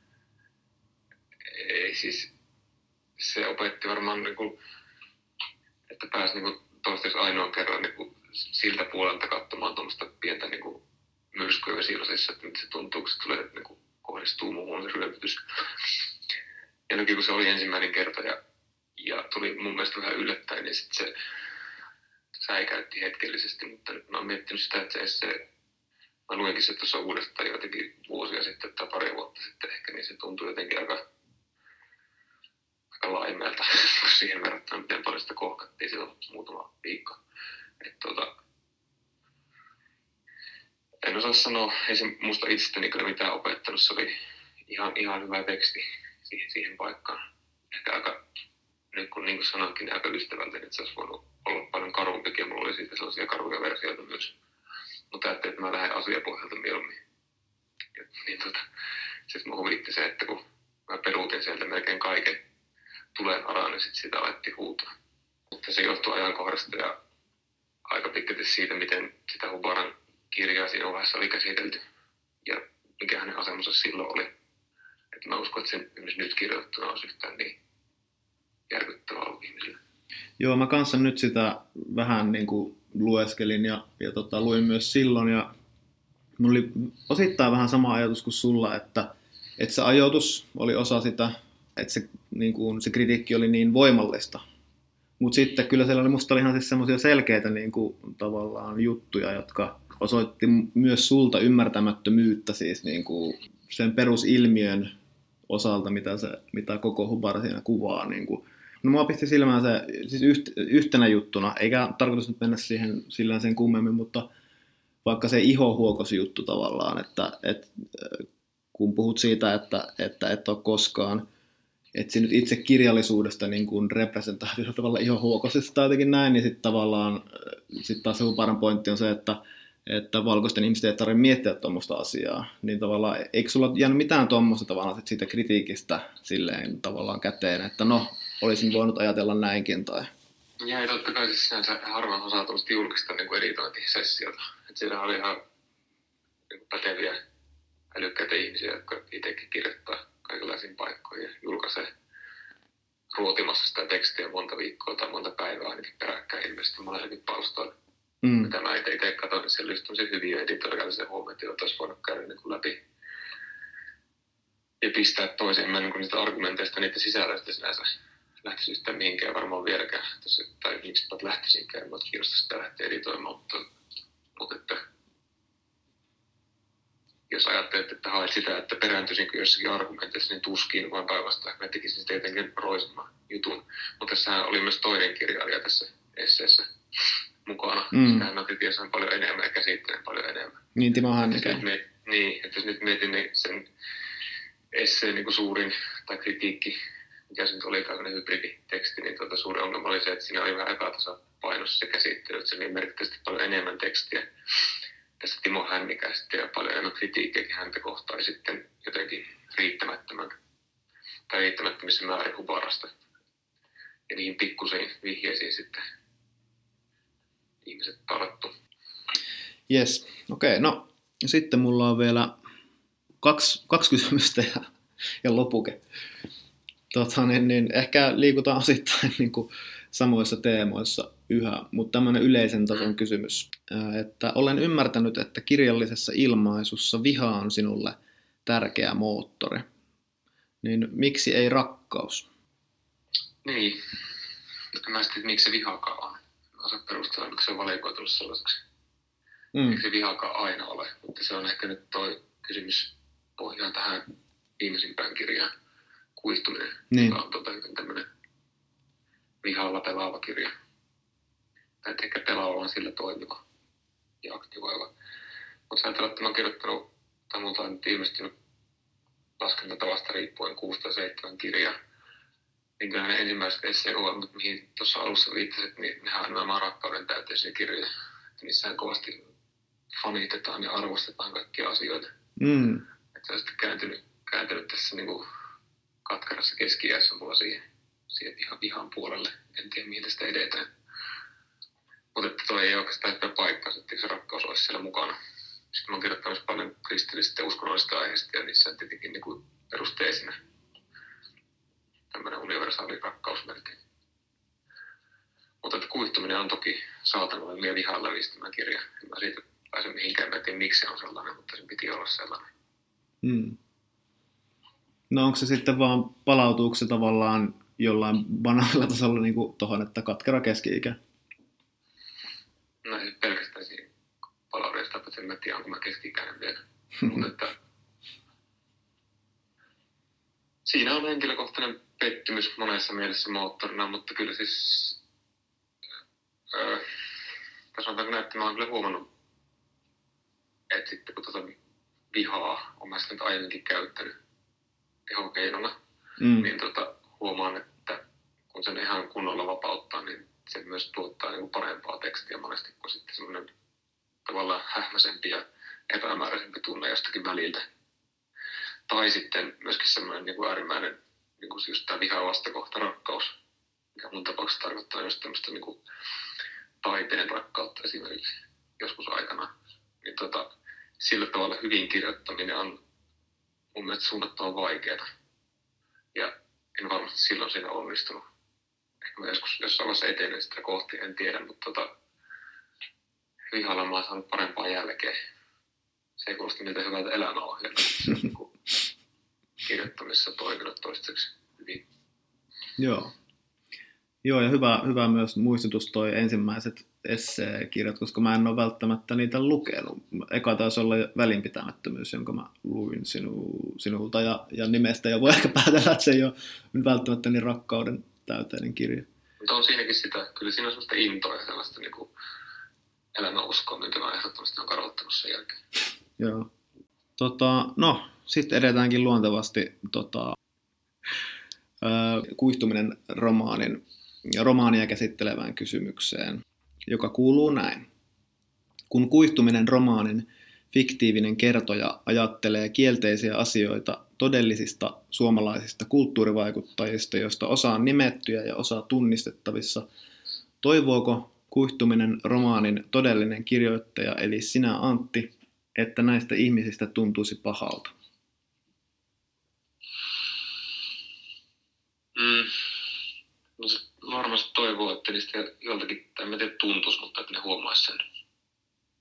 ei siis se opetti varmaan niinku, että pääsi niinku toistaiseksi ainoan kerran niinku siltä puolelta katsomaan tuommoista pientä niinku myrskyä vesilasissa, että se tuntuu, kun se tulee niinku kohdistuu muuhun se ryöpytys. Ja nytkin kun se oli ensimmäinen kerta ja tuli mun mielestä vähän yllättäen, niin sit se säikäytti hetkellisesti, mutta nyt mä oon miettinyt sitä, että mä luinkin se tuossa uudestaan jotenkin vuosia sitten tai pari vuotta sitten ehkä, niin se tuntui jotenkin aika laimeelta siihen verrattuna, miten paljon sitä kohkattiin silloin muutama viikko. En osaa sanoa, ei se musta itsestäni kyllä mitään opettanut, se oli ihan hyvä teksti siihen paikkaan. Ehkä aika, nyt kun niin kuin sanoinkin, niin aika ystävältäni, että se olisi voinut olla paljon karumpikin ja mulla oli siitä sellaisia karuja versioita myös. Mutta ajattelin, että mä lähden asiapohjalta mieluummin. Niin sitten mä huvitti se, että kun mä peruutin sieltä melkein kaiken tulen araan, niin sitten sitä alettiin huutaa. Mutta se johtui ajankohdasta ja aika pitkälti siitä, miten sitä Hubaran kirjaa siinä vaiheessa oli käsitelty ja mikä hänen asemansa silloin oli. Että mä uskon, että sen nyt kirjoittuna olisi yhtään niin järkyttävää ollut ihmisille. Joo, mä kanssa nyt sitä vähän niin kuin lueskelin ja luin myös silloin ja mulla oli osittain vähän sama ajatus kuin sulla, että se ajoitus oli osa sitä, että se kritiikki oli niin voimallista. Mutta sitten kyllä siellä oli musta ihan siis semmoisia selkeitä niin kuin, tavallaan juttuja, jotka osoitti myös sulta ymmärtämättömyyttä siis niin kuin sen perusilmiön osalta, mitä koko Hubar siinä kuvaa. Niin kuin. No mua pisti silmään se siis yhtenä juttuna, eikä tarkoitus nyt mennä siihen sillään sen kummemmin, mutta vaikka se ihohuokosjuttu tavallaan, että kun puhut siitä, että et ole koskaan etsinyt itse kirjallisuudesta niin kuin representaatiolla tavalla ihohuokosista tai jotenkin näin, niin sitten tavallaan sit taas se Hubaran pointti on se, että valkoisten ihmisten ei tarvitse miettiä tuommoista asiaa, niin tavallaan eikö sulla jäänyt mitään tuommoista tavallaan siitä kritiikistä silleen tavallaan käteen, että no, olisin voinut ajatella näinkin tai... Jäi totta kai siis sinänsä harvan osaa tuollaista julkista niin kuin editointisessiota. Että siellä oli ihan niin kuin päteviä, älykkäitä ihmisiä, jotka itsekin kirjoittaa kaikenlaisiin paikkoihin ja julkaisee ruotimassa sitä tekstiä monta viikkoa tai monta päivää ainakin peräkkäin ilmeisesti monellakin palstoilla. Mitä mä itse katsoin, niin siellä oli tämmöisiä hyviä editoriaalisia huomioita, joita olisi voinut käydä niin kuin läpi. ja pistää toiseen. Mä en niin niistä argumenteista, niitä sisällöistä sinänsä lähtisi yhtään mihinkään varmaan vieläkään. Tai miksi lähtisinkään, mutta kiinnostaa sitä lähteä editoimaan. Mutta että jos ajattelet, että haet sitä, että perääntyisinkö jossakin argumenteissa, niin tuskin, vaan päinvastoin. Mä tekisin sitä jotenkin roisemman jutun. Mutta tässähän oli myös toinen kirjailija tässä esseessä mukana. Hän otti tiesään paljon enemmän ja käsittelen paljon enemmän. Niin, Timo Hänninen. Että jos nyt mietin niin sen esseen niin kuin suurin tai kritiikki, mikä se nyt oli tällainen hybriditeksti, niin suuri ongelma oli se, että siinä oli vähän epätasapainossa se käsittely, että se oli merkittävästi paljon enemmän tekstiä tässä Timo Hännikästä ja paljon enemmän kritiikkiäkin häntä kohtaan sitten jotenkin riittämättömissä määrin hubarasta. Ja niihin pikkuisiin vihjeisiin sitten ihmiset tarttu. Jes, okei. No sitten mulla on vielä kaksi kysymystä ja lopuke. Niin ehkä liikutaan osittain niin kuin samoissa teemoissa yhä, mutta tämmöinen yleisen tason kysymys. Että olen ymmärtänyt, että kirjallisessa ilmaisussa viha on sinulle tärkeä moottori. Niin miksi ei rakkaus? Niin. Mä sitten, miksi se vihakaan on. Mä osaan perustella, miksi se on valikoitunut sellaiseksi. Miksi se vihakaan aina ole. Mutta se on ehkä nyt toi kysymys pohjaa tähän viimeisimpään kirjaan. Kuihtuminen, niin. Joka on tämmöinen vihaava pelaava kirja. Tai ehkä pelaava on sillä toimiva ja aktivoiva. Mutta sä ajattelet, että mä oon kirjoittanut, tai multa on nyt ilmestynyt laskentatavasta riippuen 6 tai 7 kirjaa. Niin kyllä ne ensimmäiset esseeohjelmat, mihin tuossa alussa viittasit, niin nehän on nämä rakkauden täyteisiä kirjoja. Niissähän kovasti fanitetaan ja arvostetaan kaikkia asioita. Että se on sitten kääntynyt tässä niinku katkarassa keski-iässä mulla siihen ihan vihan puolelle. En tiedä, mihin tästä edetään. Mutta että toi ei oikeastaan hyvä paikka, että se rakkaus olisi siellä mukana. Sitten mä oon kirjoittanut paljon kristillisistä ja uskonnollisista aiheista, ja niissä on tietenkin niin perusteisina tämmöinen universaali rakkaus melkein. Mutta että kuihtuminen on toki saatanalle liian vihaan lävistämä kirja. En mä siitä pääse mihinkään, mä en tiedä miksi se on sellainen, mutta sen piti olla sellainen. No onko se sitten vaan, palautuuko se tavallaan jollain banaalilla tasolla niin kuin tuohon, että katkera keski-ikä? No ei pelkästään siinä palaudesta, että en tiedä, onko mä keski-ikäinen vielä. Mutta että siinä on henkilökohtainen pettymys monessa mielessä moottorina, mutta kyllä siis sanotaanko näin, että mä oon kyllä huomannut, että sitten kun vihaa on mä sitten aiemminkin käyttänyt tehokeinona, niin huomaan, että kun sen ihan kunnolla vapauttaa, niin se myös tuottaa niin kuin parempaa tekstiä monesti kuin sitten semmoinen tavallaan hähmäisempi ja epämääräisempi tunne jostakin väliltä. Tai sitten myöskin semmoinen niin kuin äärimmäinen niin kuin just tämä viha vastakohta rakkaus, mikä mun tapauksessa tarkoittaa just tämmöistä niin kuin taiteen rakkautta esimerkiksi joskus aikana. Niin sillä tavalla hyvin kirjoittaminen on mun mielestä suunnattoman vaikeaa. Ja en varmasti silloin siinä onnistunut. Ehkä mä joskus jossain vaiheessa etenen sitä kohti, en tiedä, mutta vihalla mä oon saanut parempaa jälkeä. Se ei kuulosta miltä hyvältä elämäohjelmalta. Se on niin kirjoittamisessa toiminut toistaiseksi hyvin. Joo, ja hyvä myös muistutus toi ensimmäiset esseekirjat, koska mä en ole välttämättä niitä lukenut. Eka taisi olla välinpitämättömyys, jonka mä luin sinulta ja nimestä, ja voi ehkä päätellä, että se ei ole välttämättä niin rakkauden täyteinen kirja. Mutta on siinäkin sitä, kyllä siinä on sellaista intoa ja sellaista niin kuin elämänuskoa, minkä mä ehdottomasti olen karottanut sen jälkeen. Joo. No, sitten edetäänkin luontevasti kuihtuminen romaania käsittelevään kysymykseen, joka kuuluu näin. Kun kuihtuminen romaanin fiktiivinen kertoja ajattelee kielteisiä asioita todellisista suomalaisista kulttuurivaikuttajista, joista osa on nimettyjä ja osa tunnistettavissa, toivooko kuihtuminen romaanin todellinen kirjoittaja, eli sinä Antti, että näistä ihmisistä tuntuisi pahalta? No se varmasti toivoo, että niistä joltakin, tai en tiedä tuntuisi, mutta että ne huomaisi sen.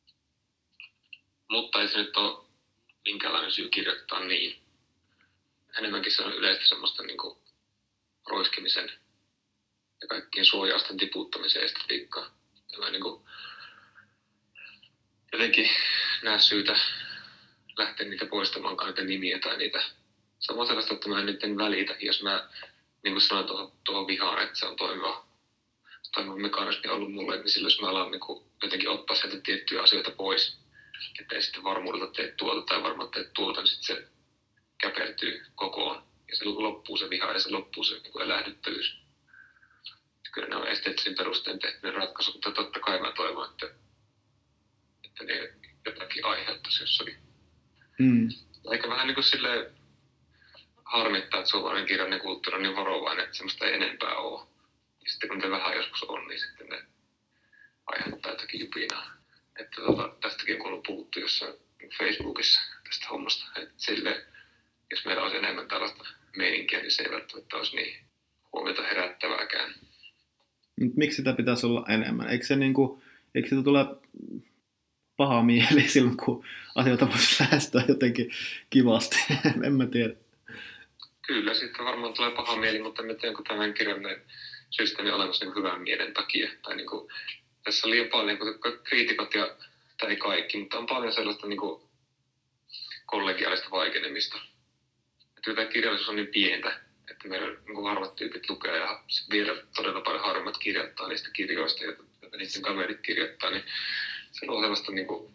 Mutta ei se nyt ole minkälainen syy kirjoittaa niin. enemmänkin se on yleistä semmoista niin kuin roiskimisen ja kaikkien suojausten tiputtamisen estetiikkaa. Tämä niin kuin jotenkin näe syytä lähteä niitä poistamaan niitä nimiä tai niitä. Se on sellaista, että mä en nyt välitä, jos mä niin kuin sanoin tuohon vihaan, että se on toimiva mekanismi ollut mulle, niin silloin jos mä alan niin kuin jotenkin ottaa sieltä tiettyjä asioita pois, että ei sitten varmuudella tee tuota tai varmaan tee tuota, niin sitten se käpertyy kokoon ja se loppuu se viha ja se loppuu se niin kuin elähdyttävyys. Kyllä ne on esteettisin perustein tehty ne ratkaisut, mutta totta kai mä toivon, että ne jotakin aiheuttaisi jossakin. Eikä vähän niin kuin silleen harmittaa, että suomalainen kirjallinen kulttuuri on niin varovainen, että semmoista ei enempää ole. Ja sitten kun ne vähän joskus on, niin sitten ne aiheuttaa jotakin jupinaa. Että tästäkin kun on puhuttu jossain Facebookissa tästä hommasta, että sille, jos meillä olisi enemmän tällaista meininkiä, niin se ei välttämättä olisi niin huomiota herättävääkään. Miksi sitä pitäisi olla enemmän? Eikö sitä tule paha mieli silloin, kun asioita voisi lähestyä jotenkin kivasti? En mä tiedä. Kyllä, sitten varmaan tulee paha mieli, mutta en tiedä, onko tämän kirjallinen systeemi olemassa niin hyvän mielen takia. Tai niin kuin, tässä on liian paljon kriitikot, tai ei kaikki, mutta on paljon sellaista niin kuin kollegiaalista vaikenemista. Että tämä kirjallisuus on niin pientä, että meillä niin harvat tyypit lukee ja vielä todella paljon harvemmat kirjoittaa niistä kirjoista, joita niiden kaverit kirjoittaa, niin se luo sellaista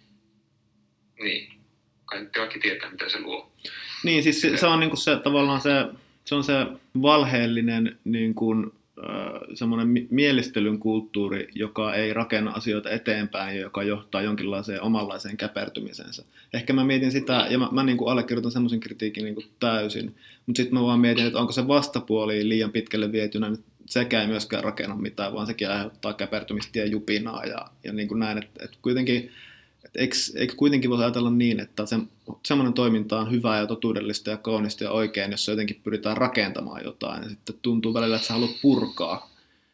kaikki tietää, mitä se luo. Niin, siis se on niinku se tavallaan se on se valheellinen niin kuin semmoinen mielistelyn kulttuuri, joka ei rakenna asioita eteenpäin ja joka johtaa jonkinlaiseen omanlaiseen käpertymisensä. Ehkä mä mietin sitä, ja mä niin kuin allekirjoitan semmoisen kritiikin niin kuin täysin, mutta sitten mä vaan mietin, että onko se vastapuoli liian pitkälle vietynä, että sekä ei myöskään rakenna mitään, vaan sekin aiheuttaa käpertymistä ja jupinaa ja niin kuin näin, että kuitenkin eikö kuitenkin voisi ajatella niin, että semmoinen toiminta on hyvää ja totuudellista ja kaunista ja oikein, jos jotenkin pyritään rakentamaan jotain ja sitten tuntuu välillä, että sä haluat purkaa.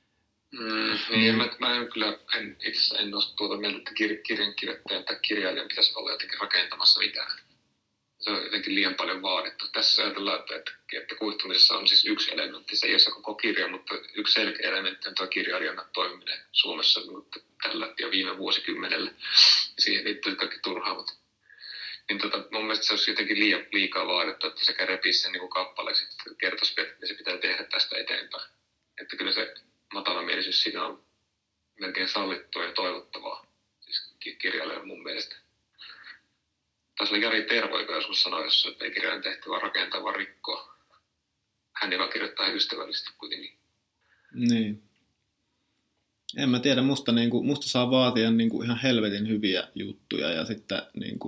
Niin, mä en ole tuota mieltä, että kirjankirjoittajan tai kirjailijan pitäisi olla jotenkin rakentamassa mitään. Se on jotenkin liian paljon vaadittu. Tässä ajatellaan, että kuihtumisessa on siis yksi elementti. Se ei ole se koko kirja, mutta yksi selkeä elementti on tuo kirjailijana toimiminen Suomessa tällä ja viime vuosikymmenellä. Siihen liittyy kaikki turhaavat. Niin mun mielestä se olisi jotenkin liikaa vaadittu, että sekä repisi sen niin kappaleeksi, että kertoisi, että se pitää tehdä tästä eteenpäin. Että kyllä se matalamielisyys siinä on melkein sallittua ja toivottavaa. Siis kirjailijan mun mielestä. Taas oli Jari Tervo, joka joskus sanoi, että ei kirjailijan tehtävä rakentaa, vaan rikkoa. Hän joka kirjoittaa ystävällisesti kuitenkin. Niin. En mä tiedä, musta saa vaatia ihan helvetin hyviä juttuja ja sitten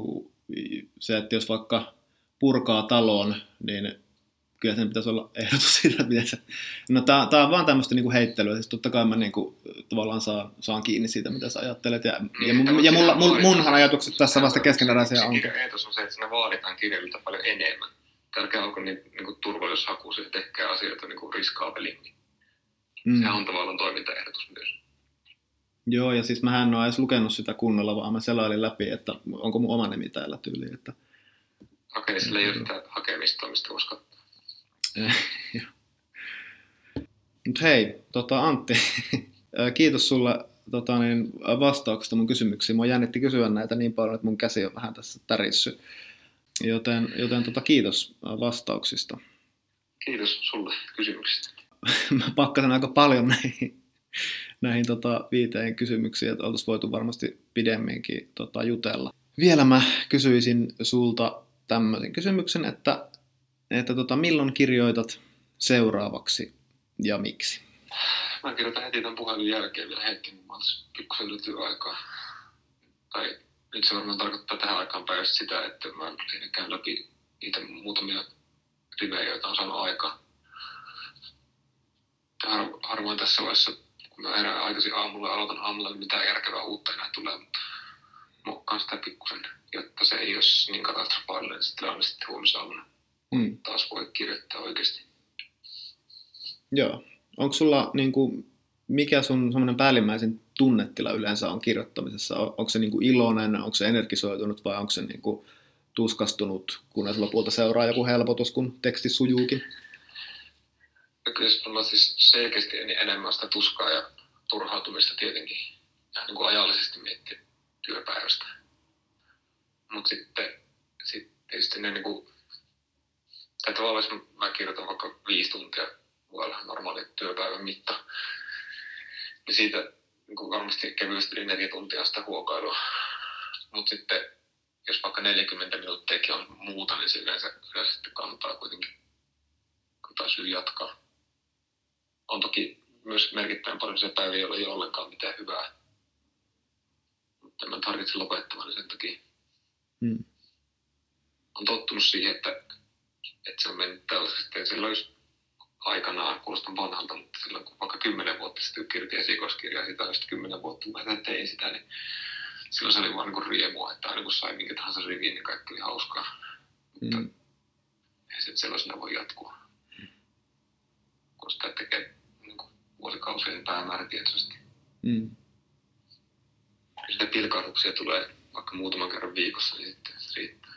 se, että jos vaikka purkaa talon, niin kyllä sen pitäisi olla ehdotus siitä, miten se... No tää on vaan tämmöistä heittelyä, siis totta kai mä tavallaan saan kiinni siitä, mitä sä ajattelet ja munhan ajatukset tässä vasta keskeneräisiä on. Kirjan ehdotus on se, että siinä vaaditaan kirjailijalta paljon enemmän. Tärkeää onko turvallisuushakuisia ja tehkää asioita riskaapelimmin. Sehän on tavallaan toimintaehdotus myös. Joo, ja siis mähän en ole edes lukenut sitä kunnolla, vaan mä selailin läpi, että onko mun oma nimi täällä tyyliin. Että... Okei, sillä ei ole sitä hakemistoimista, koska... Mut hei, Antti, kiitos sulle vastauksesta mun kysymyksiin. Mua jännitti kysyä näitä niin paljon, että mun käsi on vähän tässä tärissy. Joten kiitos vastauksista. Kiitos sulle kysymyksistä. Mä pakkasin aika paljon näihin 5 kysymyksiin, että oltaisiin voitu varmasti pidemminkin jutella. Vielä mä kysyisin sulta tämmöisen kysymyksen, että milloin kirjoitat seuraavaksi ja miksi? Mä kirjoitan heti tämän puhelun jälkeen vielä hetken, kun mä olisin pikkusen löytyy aikaa. Tai nyt se varmaan tarkoittaa tähän aikaan päivästä sitä, että mä käyn läpi niitä muutamia rivejä, joita on saanut aikaa. Harvoin tässä vaiheessa, kun mä herään aikaisin aamulla ja aloitan aamulla, niin mitään järkevää uutta enää tulee, mutta muokkaan sitä pikkusen, jotta se ei olisi niin katastrofaalinen, niin sitten on sitten huomisaamuna. Taas voi kirjoittaa oikeasti. Joo. Onko sulla, mikä sun semmoinen päällimmäisin tunnetila yleensä on kirjoittamisessa? Onko se iloinen, onko se energisoitunut vai onko se tuskastunut, kunnes lopulta seuraa joku helpotus, kun teksti sujuukin? Kyllä mulla siis selkeästi enemmän sitä tuskaa ja turhautumista tietenkin. Ja niin kuin ajallisesti miettiä työpäivästä. Mutta sitten ne niinku, tai tavallaan jos mä kirjoitan vaikka 5 tuntia vuodella normaali työpäivän mitta, niin siitä niin varmasti kevyesti yli 4 tuntia sitä huokailua. Mutta sitten jos vaikka 40 minuuttiakin on muuta, niin se yleensä sitten kannattaa kuitenkin syy jatkaa. On toki myös merkittävän paljon se päivä, jolla ei ole ollenkaan mitään hyvää. Mutta en mä tarvitse lopettamaan niin sen takia. On tottunut siihen, että se on mennyt tällaisesti. Silloin jos aikanaan, kuulostan vanhalta, mutta silloin kun vaikka 10 vuotta sitten kirjoitin esikoiskirjaa sitä, ja sitten 10 vuotta mä tein sitä, niin silloin se oli vaan niin riemua, että aina kun sai minkä tahansa riviin, niin kaikki oli hauskaa. Mutta ei se sellaisena voi jatkua. Kun sitä tekee niin vuosikausien päämäärätietoisesti. Jos sitä pilkahduksia tulee vaikka muutaman kerran viikossa, niin sitten se riittää.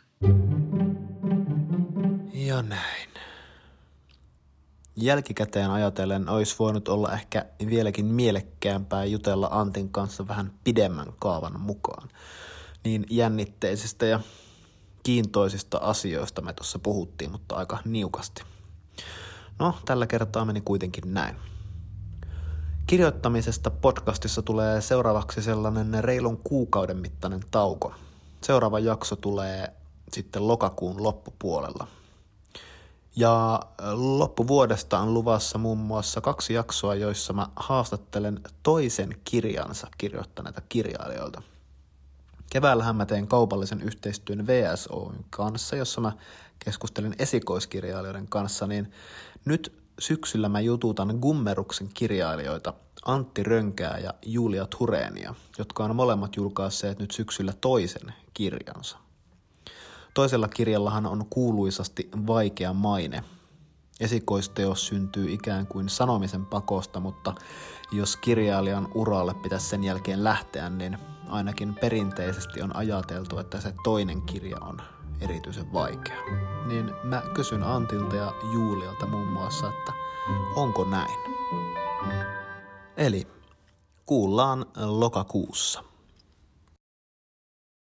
Ja näin. Jälkikäteen ajatellen olisi voinut olla ehkä vieläkin mielekkäämpää jutella Antin kanssa vähän pidemmän kaavan mukaan. Niin jännitteisistä ja kiintoisista asioista me tuossa puhuttiin, mutta aika niukasti. No, tällä kertaa meni kuitenkin näin. Kirjoittamisesta podcastissa tulee seuraavaksi sellainen reilun kuukauden mittainen tauko. Seuraava jakso tulee sitten lokakuun loppupuolella. Ja loppuvuodesta on luvassa muun muassa 2 jaksoa, joissa mä haastattelen toisen kirjansa kirjoittaneita kirjailijoilta. Keväällähän mä tein kaupallisen yhteistyön VSO:n kanssa, jossa mä keskustelin esikoiskirjailijoiden kanssa, niin nyt syksyllä mä jututan Gummeruksen kirjailijoita Antti Rönkää ja Julia Thurenia, jotka on molemmat julkaisseet nyt syksyllä toisen kirjansa. Toisella kirjallahan on kuuluisasti vaikea maine. Esikoisteos syntyy ikään kuin sanomisen pakosta, mutta jos kirjailijan uralle pitäisi sen jälkeen lähteä, niin ainakin perinteisesti on ajateltu, että se toinen kirja on erityisen vaikea. Niin mä kysyn Antilta ja Julialta muun muassa, että onko näin? Eli kuullaan lokakuussa.